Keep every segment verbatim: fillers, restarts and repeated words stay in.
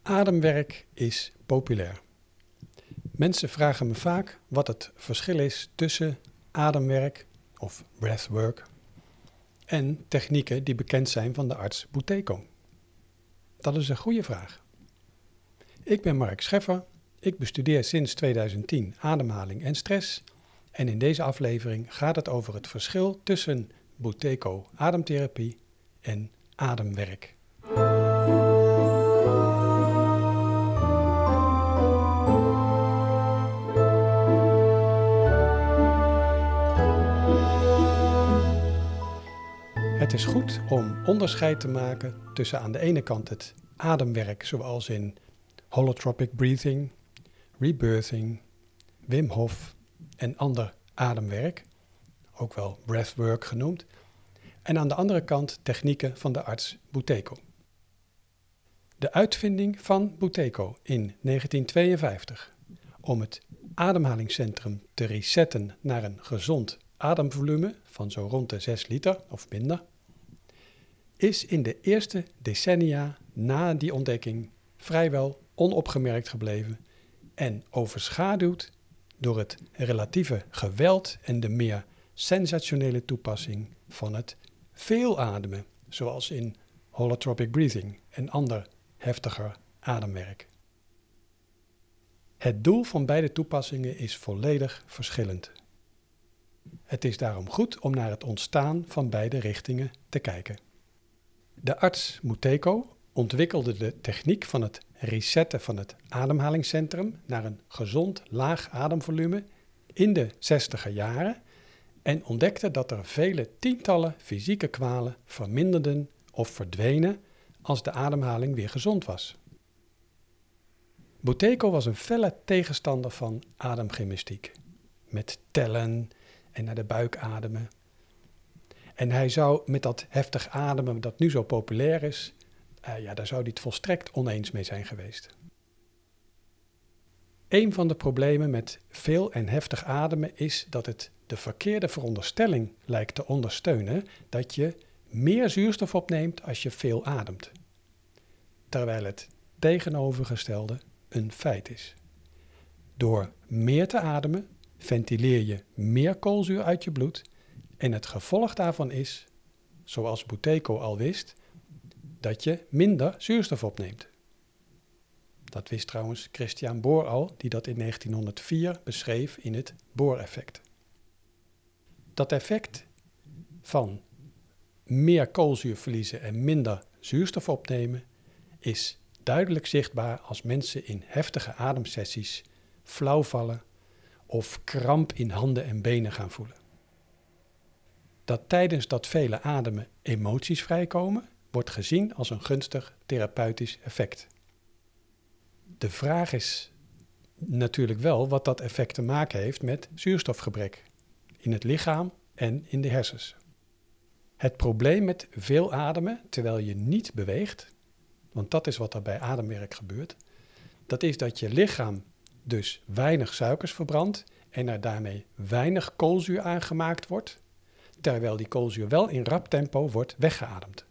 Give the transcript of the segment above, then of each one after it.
Ademwerk is populair. Mensen vragen me vaak wat het verschil is tussen ademwerk of breathwork en technieken die bekend zijn van de arts Buteyko. Dat is een goede vraag. Ik ben Mark Scheffer, ik bestudeer sinds tweeduizend tien ademhaling en stress en in deze aflevering gaat het over het verschil tussen Buteyko ademtherapie en ademwerk. Het is goed om onderscheid te maken tussen aan de ene kant het ademwerk zoals in holotropic breathing, rebirthing, Wim Hof en ander ademwerk, ook wel breathwork genoemd, en aan de andere kant technieken van de arts Buteyko. De uitvinding van Buteyko in negentien tweeënvijftig om het ademhalingscentrum te resetten naar een gezond ademvolume van zo rond de zes liter of minder, is in de eerste decennia na die ontdekking vrijwel onopgemerkt gebleven en overschaduwd door het relatieve geweld en de meer sensationele toepassing van het veel ademen, zoals in holotropic breathing en ander heftiger ademwerk. Het doel van beide toepassingen is volledig verschillend. Het is daarom goed om naar het ontstaan van beide richtingen te kijken. De arts Buteyko ontwikkelde de techniek van het resetten van het ademhalingscentrum naar een gezond laag ademvolume in de zestiger jaren en ontdekte dat er vele tientallen fysieke kwalen verminderden of verdwenen als de ademhaling weer gezond was. Buteyko was een felle tegenstander van ademgymnastiek, met tellen en naar de buik ademen. En hij zou met dat heftig ademen dat nu zo populair is, uh, ja, daar zou hij het volstrekt oneens mee zijn geweest. Een van de problemen met veel en heftig ademen is dat het de verkeerde veronderstelling lijkt te ondersteunen dat je meer zuurstof opneemt als je veel ademt. Terwijl het tegenovergestelde een feit is. Door meer te ademen ventileer je meer koolzuur uit je bloed en het gevolg daarvan is, zoals Buteyko al wist, dat je minder zuurstof opneemt. Dat wist trouwens Christian Bohr al, die dat in negentienhonderdvier beschreef in het Bohr-effect. Dat effect van meer koolzuur verliezen en minder zuurstof opnemen is duidelijk zichtbaar als mensen in heftige ademsessies flauw vallen of kramp in handen en benen gaan voelen. Dat tijdens dat vele ademen emoties vrijkomen, wordt gezien als een gunstig therapeutisch effect. De vraag is natuurlijk wel wat dat effect te maken heeft met zuurstofgebrek in het lichaam en in de hersens. Het probleem met veel ademen terwijl je niet beweegt, want dat is wat er bij ademwerk gebeurt, dat is dat je lichaam dus weinig suikers verbrandt en er daarmee weinig koolzuur aangemaakt wordt, terwijl die koolzuur wel in rap tempo wordt weggeademd.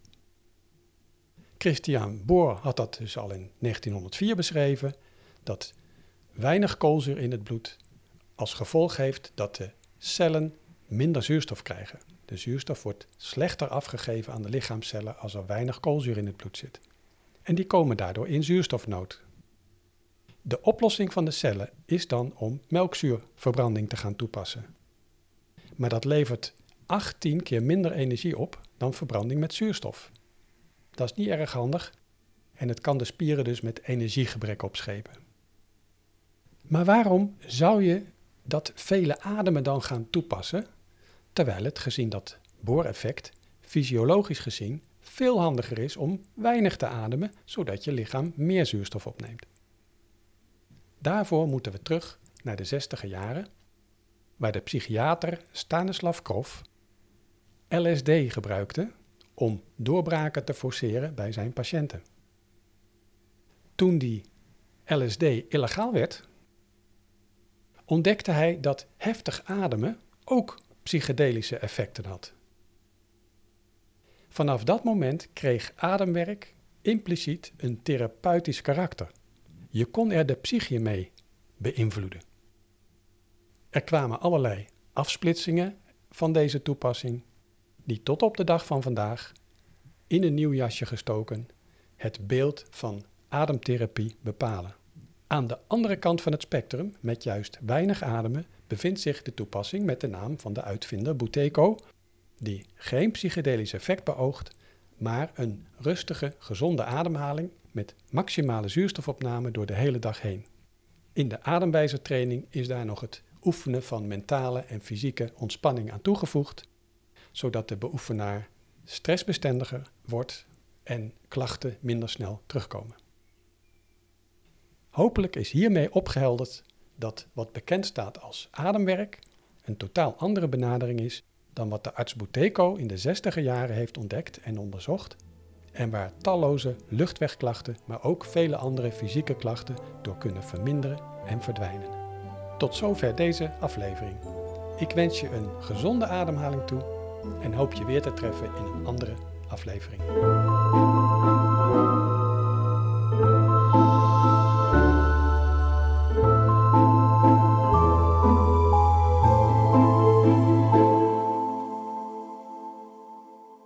Christian Bohr had dat dus al in negentienhonderdvier beschreven, dat weinig koolzuur in het bloed als gevolg heeft dat de cellen minder zuurstof krijgen. De zuurstof wordt slechter afgegeven aan de lichaamscellen als er weinig koolzuur in het bloed zit. En die komen daardoor in zuurstofnood. De oplossing van de cellen is dan om melkzuurverbranding te gaan toepassen. Maar dat levert achttien keer minder energie op dan verbranding met zuurstof. Dat is niet erg handig en het kan de spieren dus met energiegebrek opschepen. Maar waarom zou je dat vele ademen dan gaan toepassen, terwijl het gezien dat Bohr-effect fysiologisch gezien veel handiger is om weinig te ademen, zodat je lichaam meer zuurstof opneemt? Daarvoor moeten we terug naar de zestiger jaren, waar de psychiater Stanislav Grof L S D gebruikte om doorbraken te forceren bij zijn patiënten. Toen die L S D illegaal werd, ontdekte hij dat heftig ademen ook psychedelische effecten had. Vanaf dat moment kreeg ademwerk impliciet een therapeutisch karakter. Je kon er de psyche mee beïnvloeden. Er kwamen allerlei afsplitsingen van deze toepassing, die tot op de dag van vandaag, in een nieuw jasje gestoken, het beeld van ademtherapie bepalen. Aan de andere kant van het spectrum, met juist weinig ademen, bevindt zich de toepassing met de naam van de uitvinder Buteyko, die geen psychedelisch effect beoogt, maar een rustige, gezonde ademhaling met maximale zuurstofopname door de hele dag heen. In de ademwijzertraining is daar nog het oefenen van mentale en fysieke ontspanning aan toegevoegd, zodat de beoefenaar stressbestendiger wordt en klachten minder snel terugkomen. Hopelijk is hiermee opgehelderd dat wat bekend staat als ademwerk een totaal andere benadering is dan wat de arts Buteyko in de zestiger jaren heeft ontdekt en onderzocht en waar talloze luchtwegklachten, maar ook vele andere fysieke klachten door kunnen verminderen en verdwijnen. Tot zover deze aflevering. Ik wens je een gezonde ademhaling toe en hoop je weer te treffen in een andere aflevering.